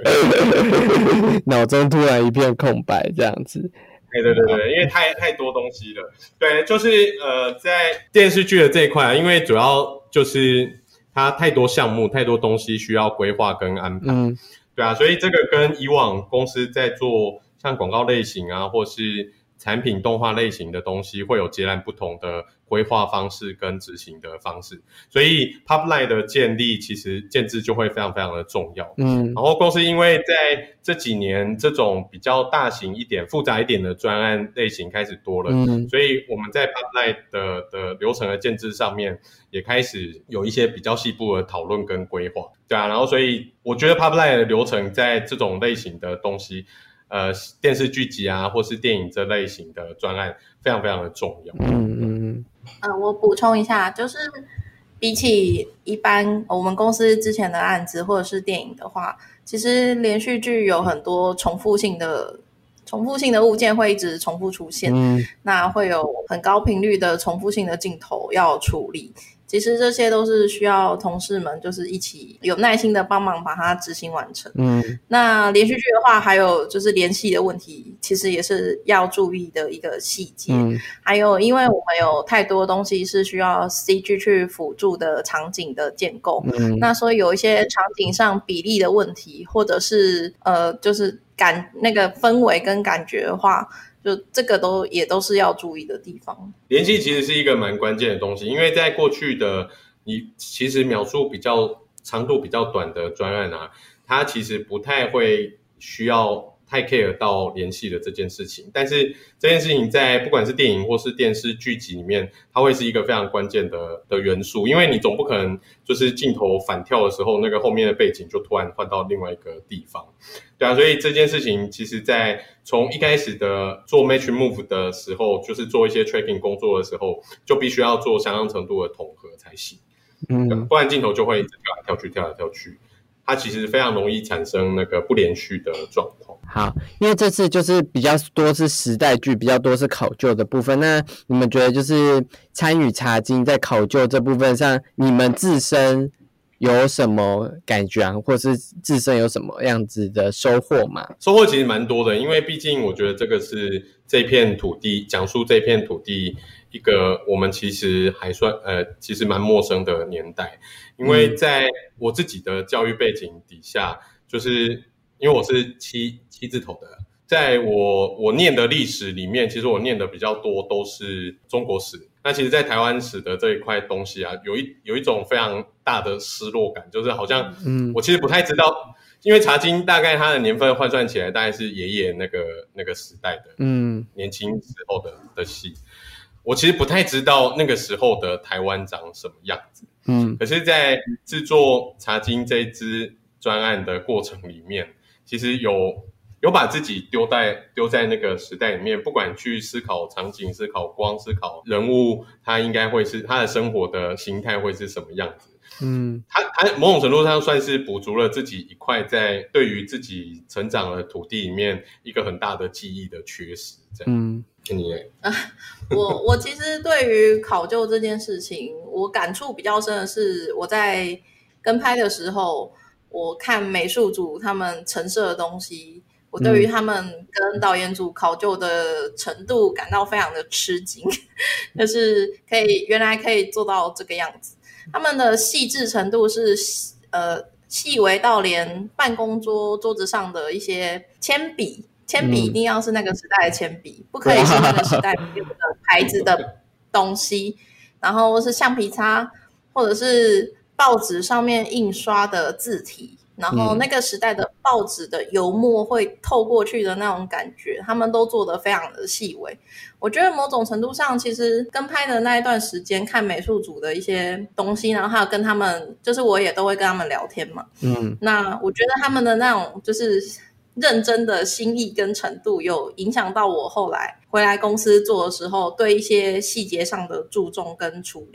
脑中突然一片空白，这样子。 对对对对，因为太太多东西了。对，就是呃，在电视剧的这一块啊，因为主要就是它太多项目、太多东西需要规划跟安排。嗯，对啊，所以这个跟以往公司在做像广告类型啊，或是产品动画类型的东西会有截然不同的规划方式跟执行的方式，所以 pipeline 的建立其实建制就会非常非常的重要。嗯，然后公司因为在这几年这种比较大型一点、复杂一点的专案类型开始多了，嗯，所以我们在 pipeline 的的流程的建制上面也开始有一些比较细部的讨论跟规划。对啊，然后所以我觉得 pipeline 的流程在这种类型的东西。呃，电视剧集啊，或是电影这类型的专案，非常非常的重要。嗯嗯呃，我补充一下，就是比起一般我们公司之前的案子或者是电影的话，其实连续剧有很多重复性的、重复性的物件会一直重复出现，嗯，那会有很高频率的重复性的镜头要处理。其实这些都是需要同事们就是一起有耐心的帮忙把它执行完成。嗯，那连续剧的话，还有就是联系的问题，其实也是要注意的一个细节。嗯，还有因为我们有太多东西是需要 C G 去辅助的场景的建构，嗯，那所以有一些场景上比例的问题，或者是呃，就是感那个氛围跟感觉的话。就这个都也都是要注意的地方。 联系其实是一个蛮关键的东西，因为在过去的你其实描述比较长度比较短的专案啊，它其实不太会需要太 care 到联系的这件事情，但是这件事情在不管是电影或是电视剧集里面，它会是一个非常关键的的元素，因为你总不可能就是镜头反跳的时候，那个后面的背景就突然换到另外一个地方。对啊，所以这件事情其实在从一开始的做 match move 的时候，就是做一些 tracking 工作的时候，就必须要做相当程度的统合才行。嗯，不然镜头就会一直跳来跳去，跳来跳去。它其实非常容易产生那个不连续的状况。 好，因为这次就是比较多是时代剧，比较多是考究的部分。那你们觉得就是参与茶经在考究这部分上，你们自身有什么感觉啊，或是自身有什么样子的收获吗？ 收获其实蛮多的，因为毕竟我觉得这个是这片土地，讲述这片土地一个我们其实还算呃，其实蛮陌生的年代。因为在我自己的教育背景底下，就是因为我是七七字头的，在我我念的历史里面，其实我念的比较多都是中国史。那其实在台湾史的这一块东西啊，有一有一种非常大的失落感，就是好像嗯，我其实不太知道，因为茶经大概它的年份换算起来大概是爷爷那个那个时代的嗯年轻时候的的戏，我其实不太知道那个时候的台湾长什么样子。嗯，可是在制作茶经这一支专案的过程里面，其实有有把自己丢在丢在那个时代里面，不管去思考场景、思考光、思考人物，他应该会是他的生活的形态会是什么样子。嗯，他他某种程度上算是补足了自己一块在对于自己成长的土地里面一个很大的记忆的缺失。这样，嗯，你呢？ 啊，我我其实对于考究这件事情，我感触比较深的是我在跟拍的时候，我看美术组他们陈设的东西，我对于他们跟导演组考究的程度感到非常的吃惊，就是可以原来可以做到这个样子。他们的细致程度是呃细微到连办公桌桌子上的一些铅笔，铅笔一定要是那个时代的铅笔，嗯、不可以是那个时代别的牌子的东西，然后是橡皮擦或者是报纸上面印刷的字体，然后那个时代的报纸的油墨会透过去的那种感觉，他们都做得非常的细微。我觉得某种程度上，其实跟拍的那一段时间看美术组的一些东西，然后还有跟他们，就是我也都会跟他们聊天嘛。嗯，那我觉得他们的那种就是认真的心意跟程度，有影响到我后来回来公司做的时候，对一些细节上的注重跟处理。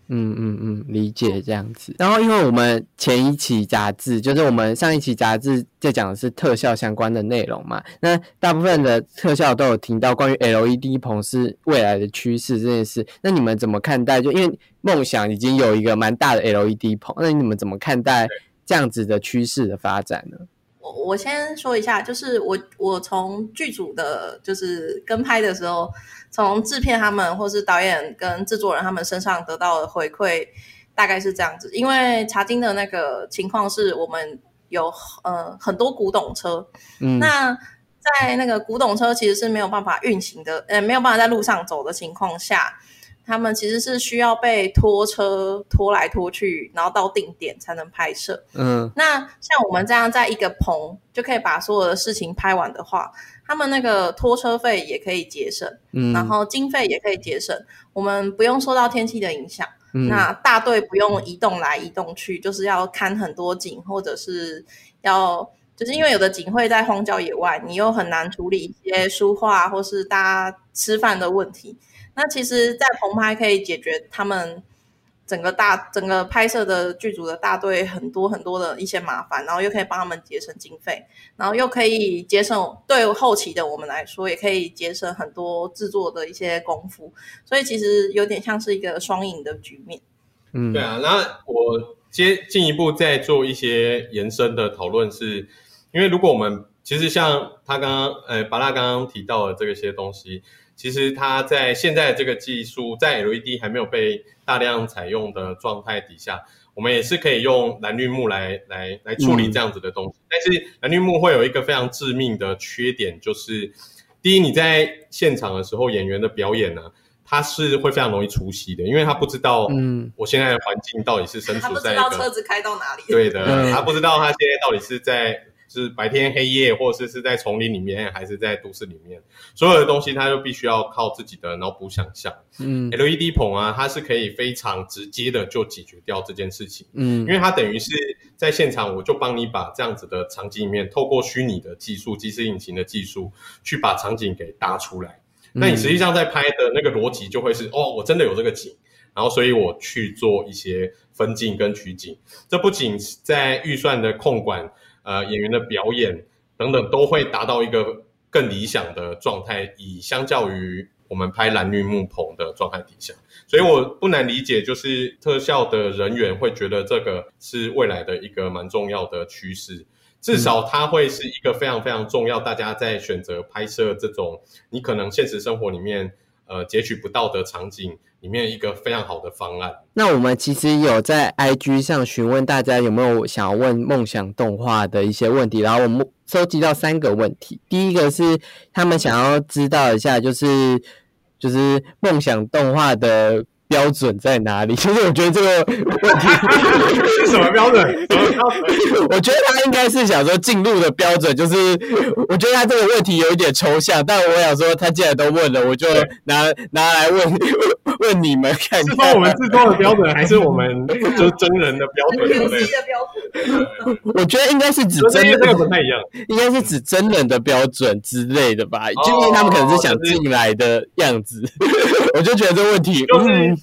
嗯嗯嗯，理解这样子。然后因为我们前一期杂志，就是我们上一期杂志在讲的是特效相关的内容嘛，那大部分的特效都有听到关于 L E D 棚是未来的趋势这件事，那你们怎么看待？就因为梦想已经有一个蛮大的 L E D 棚，那你们怎么看待这样子的趋势的发展呢？ 我先说一下，就是我我从剧组的，就是跟拍的时候，从制片他们或是导演跟制作人他们身上得到的回馈，大概是这样子。因为茶金的那个情况是我们有呃很多古董车，嗯，那在那个古董车其实是没有办法运行的，呃，没有办法在路上走的情况下。他们其实是需要被拖车拖来拖去，然后到定点才能拍摄。嗯，那像我们这样在一个棚就可以把所有的事情拍完的话，他们那个拖车费也可以节省，嗯，然后经费也可以节省，我们不用受到天气的影响。嗯，那大队不用移动来移动去，就是要看很多景，或者是要就是因为有的景会在荒郊野外，你又很难处理一些书画或是大家吃饭的问题。那其实在棚拍可以解决他们整个大整个拍摄的剧组的大队很多很多的一些麻烦，然后又可以帮他们节省经费，然后又可以节省对后期的我们来说也可以节省很多制作的一些功夫，所以其实有点像是一个双赢的局面。 嗯，对啊，那我接进一步再做一些延伸的讨论，是因为如果我们其实像他刚刚呃巴拉刚刚提到的这些东西，其实它在现在的这个技术，在 L E D 还没有被大量采用的状态底下，我们也是可以用蓝绿幕来来来处理这样子的东西。嗯、但是蓝绿幕会有一个非常致命的缺点，就是第一，你在现场的时候，演员的表演呢、啊，它是会非常容易出戏的，因为他不知道，嗯，我现在的环境到底是身处在一个， 他不知道车子开到哪里， 对的，嗯、他不知道他现在到底是在。是白天黑夜，或者 是, 是在丛林里面，还是在都市里面，所有的东西它就必须要靠自己的脑补想象。嗯 ，L E D 棚啊，它是可以非常直接的就解决掉这件事情。嗯，因为它等于是在现场，我就帮你把这样子的场景里面，透过虚拟的技术、即时引擎的技术，去把场景给搭出来。嗯、那你实际上在拍的那个逻辑就会是，哦，我真的有这个景。然后，所以我去做一些分镜跟取景，这不仅在预算的控管。呃，演员的表演等等都会达到一个更理想的状态，以相较于我们拍蓝绿幕棚的状态底下，所以我不难理解，就是特效的人员会觉得这个是未来的一个蛮重要的趋势，至少它会是一个非常非常重要，大家在选择拍摄这种你可能现实生活里面呃截取不到的场景里面一个非常好的方案。 那我们其实有在 I G 上询问大家有没有想要问梦想动画的一些问题，然后我们收集到三个问题。第一个是他们想要知道一下，就是就是梦想动画的标准在哪里？其实我觉得这个问题是什么标准？什么标准？ 我觉得他应该是想说进入的标准，就是我觉得他这个问题有一点抽象，但我想说他既然都问了，我就拿拿来问问你们看看， 是说我们制作的标准，还是我们就是真人的标准？ 游戏的标准？ 我觉得应该是指真人， 这个不太一样， 应该是指真人的标准之类的吧？就因为他们可能是想进来的样子，我就觉得这个问题就是。嗯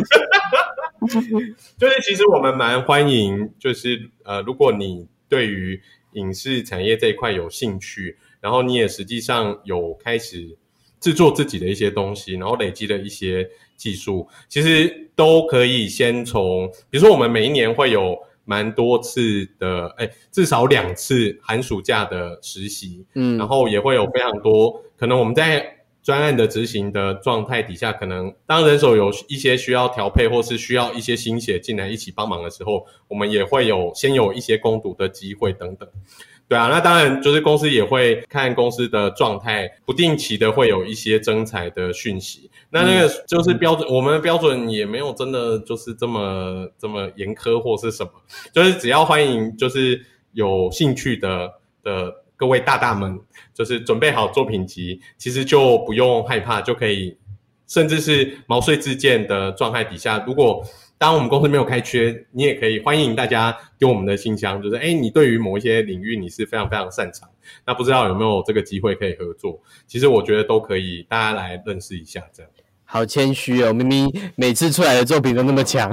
就是其实我们蛮欢迎，就是呃，如果你对于影视产业这一块有兴趣，然后你也实际上有开始制作自己的一些东西，然后累积了一些技术，其实都可以先从，比如说我们每一年会有蛮多次的，哎，至少两次寒暑假的实习，嗯，然后也会有非常多，可能我们在专案的执行的状态底下，可能当人手有一些需要调配或是需要一些新血进来一起帮忙的时候，我们也会有先有一些攻读的机会等等。对啊，那当然就是公司也会看公司的状态，不定期的会有一些征才的讯息。那那个就是标准，嗯、我们的标准也没有真的就是这么这么严苛或是什么，就是只要欢迎就是有兴趣的的各位大大们，就是准备好作品集，其实就不用害怕，就可以甚至是毛遂自荐的状态底下，如果当我们公司没有开缺，你也可以欢迎大家丢我们的信箱，就是诶你对于某一些领域你是非常非常擅长，那不知道有没有这个机会可以合作，其实我觉得都可以大家来认识一下这样。 好谦虚哦，明明每次出来的作品都那么强，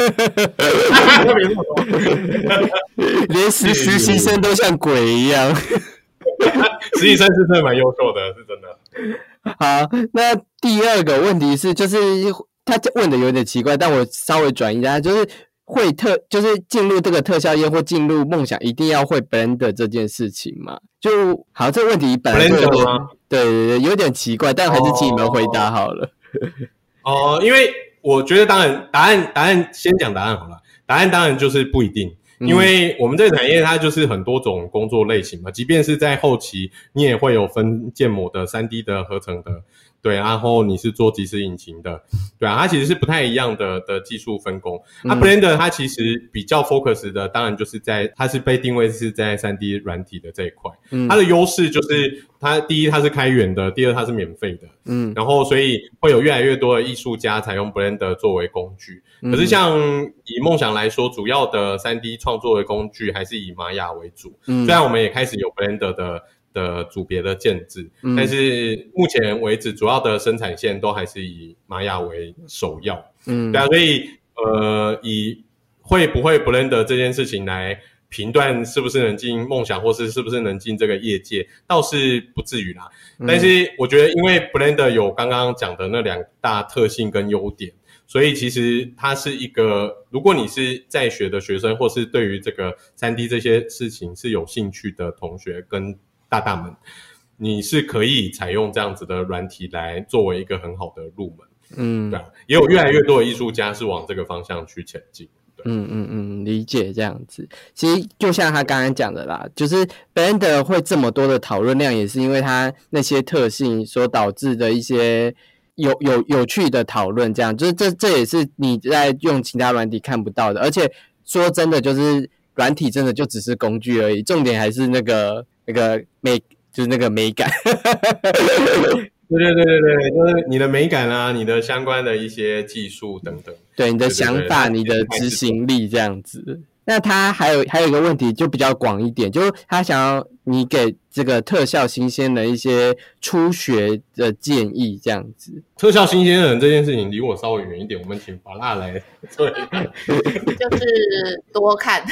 连实实习生都像鬼一样。 实习生是真的蛮优秀的，是真的。 好，那第二个问题是，就是他问的有点奇怪，但我稍微转移一下，就是会特，就是进入这个特效业或进入梦想，一定要会 Blender 这件事情嘛？就好，这个问题本来就有点，对对对，有点奇怪，但还是请你们回答好了。 哦，因为我觉得，当然答案答案先讲答案好了，答案当然就是不一定。因为我们这个产业它就是很多种工作类型嘛，即便是在后期你也会有分建模的 三 D 的合成的，对，然后你是做即时引擎的，对啊，它其实是不太一样的的技术分工。嗯、啊 Blender 它其实比较 focus 的当然就是在它是被定位是在 三 D 软体的这一块，嗯、它的优势就是它第一它是开源的，第二它是免费的，嗯，然后所以会有越来越多的艺术家采用 Blender 作为工具。可是像以梦想来说，主要的 三 D 创作的工具还是以玛雅为主。嗯，虽然我们也开始有 Blender 的的组别的建制，嗯，但是目前为止主要的生产线都还是以玛雅为首要。嗯，对啊，所以呃，以会不会 Blender 这件事情来评断是不是能进梦想，或是是不是能进这个业界，倒是不至于啦。嗯，但是我觉得，因为 Blender 有刚刚讲的那两大特性跟优点。所以其实它是一个，如果你是在学的学生，或是对于这个 三 D 这些事情是有兴趣的同学跟大大们，你是可以采用这样子的软体来作为一个很好的入门。嗯，对啊，也有越来越多的艺术家是往这个方向去前进。 嗯嗯嗯，理解这样子。其实就像他刚刚讲的啦，就是 Blender 会这么多的讨论量，也是因为它那些特性所导致的一些有有有趣的讨论，这样就是这这也是你在用其他软体看不到的。而且说真的，就是软体真的就只是工具而已，重点还是那个那个美，就是那个美感。 对对对对对，就是你的美感啊，你的相关的一些技术等等， 对你的想法、对对对，你的执行力这样子。那他还有还有一个问题就比较广一点，就是他想要你给这个特效新鲜人一些初学的建议，这样子。 特效新鲜人这件事情离我稍微远一点，我们请法辣来。对， 就是多看，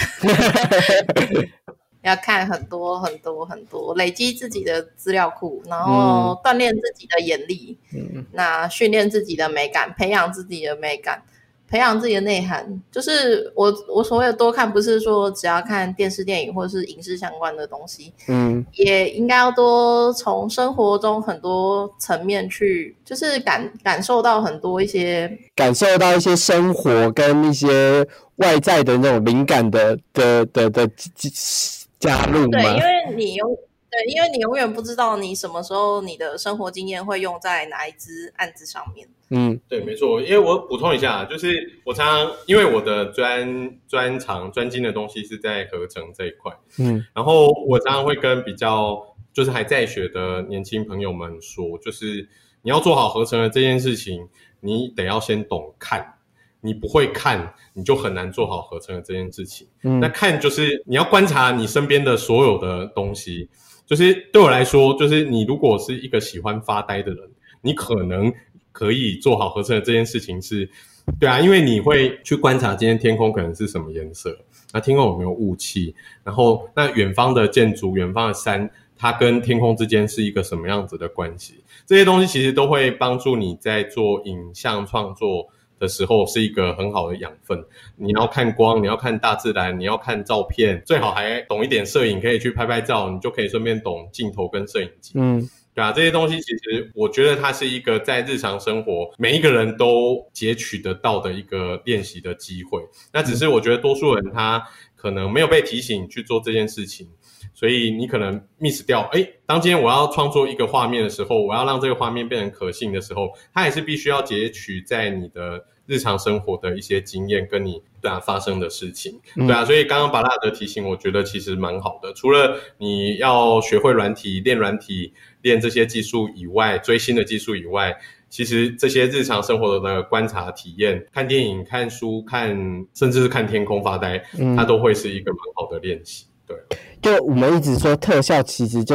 要看很多很多很多，累积自己的资料库，然后锻炼自己的眼力，嗯，那训练自己的美感，培养自己的美感。培养自己的内涵，就是我我所谓的多看，不是说只要看电视电影或者是影视相关的东西，嗯，也应该要多从生活中很多层面去，就是感感受到很多一些， 感受到一些生活跟一些外在的那种灵感的的的的加入嘛。 对，因为你用。对，因为你永远不知道你什么时候你的生活经验会用在哪一支案子上面。 嗯，对，没错。因为我补充一下，就是我常常因为我的专专长专精的东西是在合成这一块，嗯，然后我常常会跟比较就是还在学的年轻朋友们说，就是你要做好合成的这件事情，你得要先懂看。你不会看，你就很难做好合成的这件事情。嗯，那看就是你要观察你身边的所有的东西。就是对我来说，就是你如果是一个喜欢发呆的人，你可能可以做好合成的这件事情是，对啊，因为你会去观察今天天空可能是什么颜色，那天空有没有雾气，然后那远方的建筑、远方的山，它跟天空之间是一个什么样子的关系？这些东西其实都会帮助你在做影像创作的时候是一个很好的养分。你要看光，你要看大自然，你要看照片，最好还懂一点摄影，可以去拍拍照，你就可以顺便懂镜头跟摄影机。嗯，对啊，这些东西其实我觉得它是一个在日常生活每一个人都截取得到的一个练习的机会。那只是我觉得多数人他可能没有被提醒去做这件事情，所以你可能 miss 掉，诶，当今天我要创作一个画面的时候，我要让这个画面变成可信的时候，它还是必须要截取在你的日常生活的一些经验跟你对啊发生的事情，对啊，所以刚刚巴拉的提醒我觉得其实蛮好的。除了你要学会软体、练软体、练这些技术以外，追新的技术以外，其实这些日常生活的观察体验，看电影、看书、看甚至是看天空发呆，它都会是一个蛮好的练习。对， 就我们一直说特效其实就是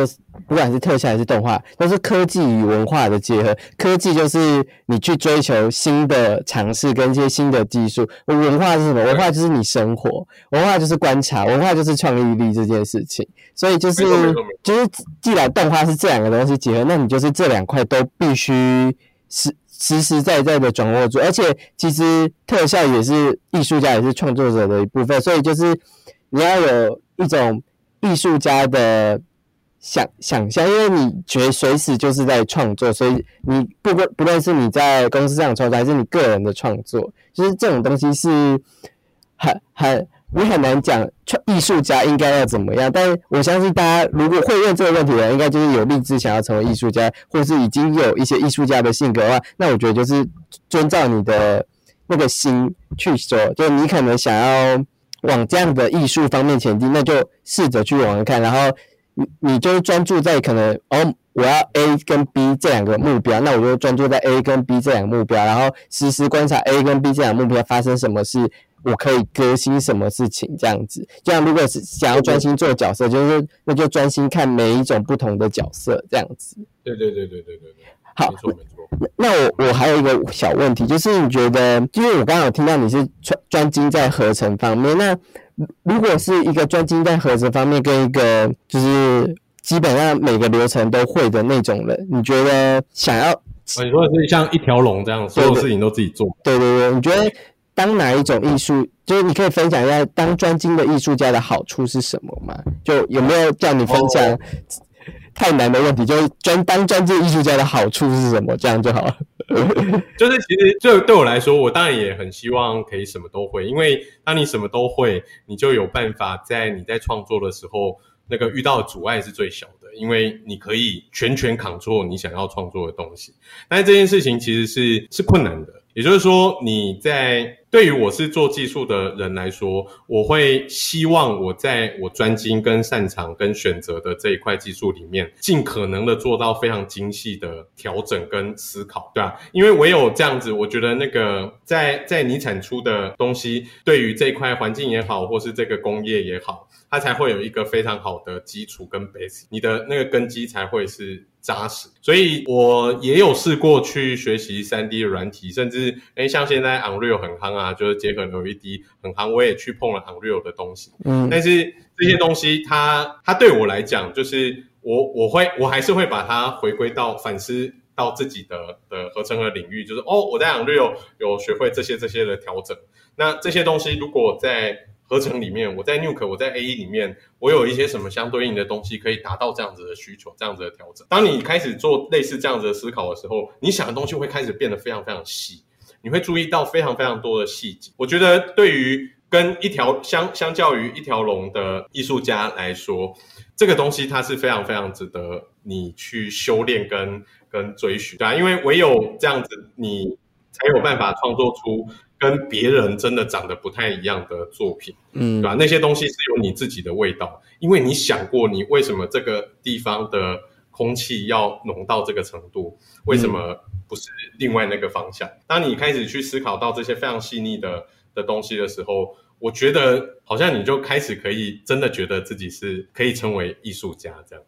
不管是特效还是动画，都是科技与文化的结合。科技就是你去追求新的尝试跟一些新的技术，文化是什么？文化就是你生活，文化就是观察，文化就是创意力这件事情。所以就是就是既然动画是这两个东西结合，那你就是这两块都必须实实实在在的掌握住。而且其实特效也是艺术家也是创作者的一部分，所以就是你要有一种艺术家的想想象，因为你觉得随时就是在创作，所以你不不论是你在公司上创作还是你个人的创作，就是这种东西是很很你很难讲艺术家应该要怎么样。但是我相信大家如果会问这个问题的人，应该就是有立志想要成为艺术家，或是已经有一些艺术家的性格的话，那我觉得就是遵照你的那个心去说，就你可能想要往这样的艺术方面前进，那就试着去往看，然后你你就专注在可能哦，我要 A 跟 B 这两个目标，那我就专注在 A 跟 B 这两个目标，然后实时观察 A 跟 B 这两个目标发生什么事，我可以革新什么事情，这样子。这样如果是想要专心做角色，就是那就专心看每一种不同的角色，这样子。 对对对对对对对。 好， 没错没错。 那我我还有一个小问题，就是你觉得，因为我刚刚有听到你是专专精在合成方面，那如果是一个专精在合成方面，跟一个就是基本上每个流程都会的那种人，你觉得想要、哦、 你说的是像一条龙这样，所有事情都自己做？ 对对对，你觉得当哪一种艺术，就是你可以分享一下当专精的艺术家的好处是什么吗？就有没有叫你分享？哦，太难的问题，就是专当专精艺术家的好处是什么？这样就好了。 就是其实就对我来说，我当然也很希望可以什么都会，因为当你什么都会，你就有办法在你在创作的时候，那个遇到的阻碍是最小的，因为你可以全权 control 你想要创作的东西。但是这件事情其实是是困难的，也就是说你在对于我是做技术的人来说，我会希望我在我专精跟擅长跟选择的这一块技术里面，尽可能的做到非常精细的调整跟思考，对吧？因为唯有这样子，我觉得那个在在你产出的东西，对于这一块环境也好，或是这个工业也好，它才会有一个非常好的基础跟 base， 你的那个根基才会是扎实。所以我也有试过去学习 三 D 的软体，甚至诶像现在 Unreal 很夯啊，就是结合 L E D 很夯，我也去碰了 Unreal 的东西。嗯，但是这些东西它它对我来讲，就是我我会我还是会把它回归到反思到自己的的合成的领域，就是哦，我在 Unreal 有学会这些这些的调整。那这些东西如果在合成里面，我在 Nuke 我在 A E 里面，我有一些什么相对应的东西可以达到这样子的需求，这样子的调整。当你开始做类似这样子的思考的时候，你想的东西会开始变得非常非常细，你会注意到非常非常多的细节。我觉得对于跟一条相相较于一条龙的艺术家来说，这个东西它是非常非常值得你去修炼跟跟追寻，对啊，因为唯有这样子，你才有办法创作出跟别人真的长得不太一样的作品，嗯，对吧？那些东西是有你自己的味道，因为你想过你为什么这个地方的空气要浓到这个程度，为什么不是另外那个方向？当你开始去思考到这些非常细腻的的东西的时候，我觉得好像你就开始可以真的觉得自己是可以成为艺术家这样。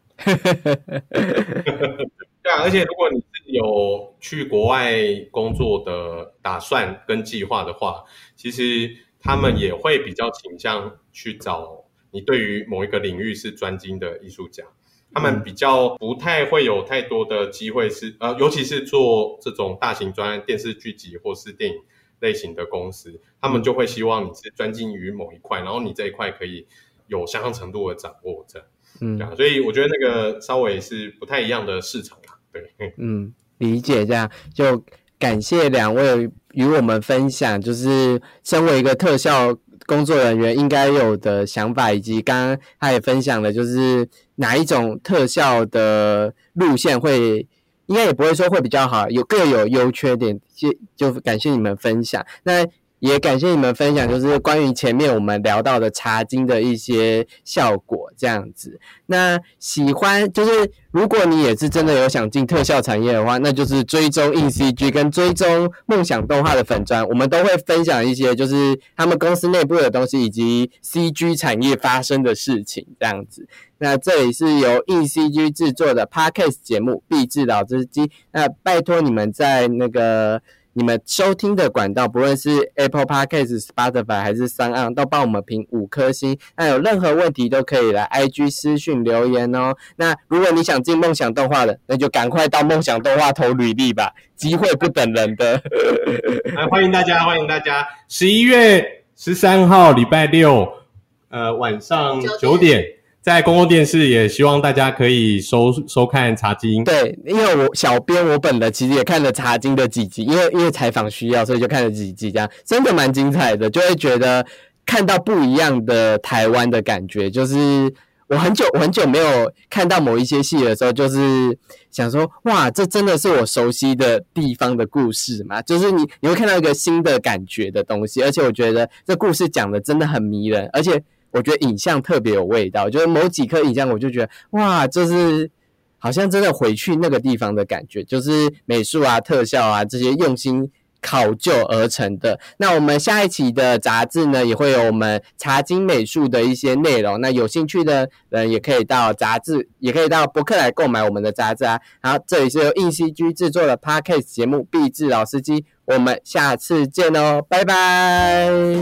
对啊，而且如果你是有去国外工作的打算跟计划的话，其实他们也会比较倾向去找你对于某一个领域是专精的艺术家。他们比较不太会有太多的机会是呃，尤其是做这种大型专案电视剧集或是电影类型的公司，他们就会希望你是专精于某一块，然后你这一块可以有相当程度的掌握这样。嗯，对啊，所以我觉得那个稍微是不太一样的市场啦。对，嗯， 理解。这样就感谢两位与我们分享，就是身为一个特效工作人员应该有的想法，以及刚刚他也分享了，就是哪一种特效的路线会，应该也不会说会比较好，有各有优缺点，就就感谢你们分享。那也感谢你们分享，就是关于前面我们聊到的茶经的一些效果这样子。那喜欢就是如果你也是真的有想进特效产业的话，那就是追踪 I C G 跟追踪梦想动画的粉专，我们都会分享一些就是他们公司内部的东西以及 C G 产业发生的事情这样子。那这里是由 I C G 制作的 Podcast 节目《壁纸老司机》，那拜托你们在那个你们收听的管道，不论是 Apple Podcast、Spotify 还是SoundOn，都帮我们评五颗星。那有任何问题都可以来 I G 私讯留言哦。那如果你想进梦想动画的，那就赶快到梦想动画投履历吧，机会不等人的。 欢迎大家，欢迎大家！十一月十三号礼拜六，呃，晚上九点。在公共电视也希望大家可以收收看茶经。 对，因为我小编我本人其实也看了茶经的几集，因为因为采访需要，所以就看了几集，这样真的蛮精彩的，就会觉得看到不一样的台湾的感觉。就是我很久我很久没有看到某一些戏的时候，就是想说哇，这真的是我熟悉的地方的故事嘛？就是你你会看到一个新的感觉的东西，而且我觉得这故事讲的真的很迷人，而且我觉得影像特别有味道，就是某几颗影像我就觉得哇，就是好像真的回去那个地方的感觉，就是美术啊、特效啊这些用心考究而成的。那我们下一期的杂志呢，也会有我们茶经美术的一些内容。那有兴趣的人也可以到杂志，也可以到博客来购买我们的杂志啊。然后这里是由 I C G 制作的 Podcast 节目《壁纸老司机》，我们下次见哦，拜拜。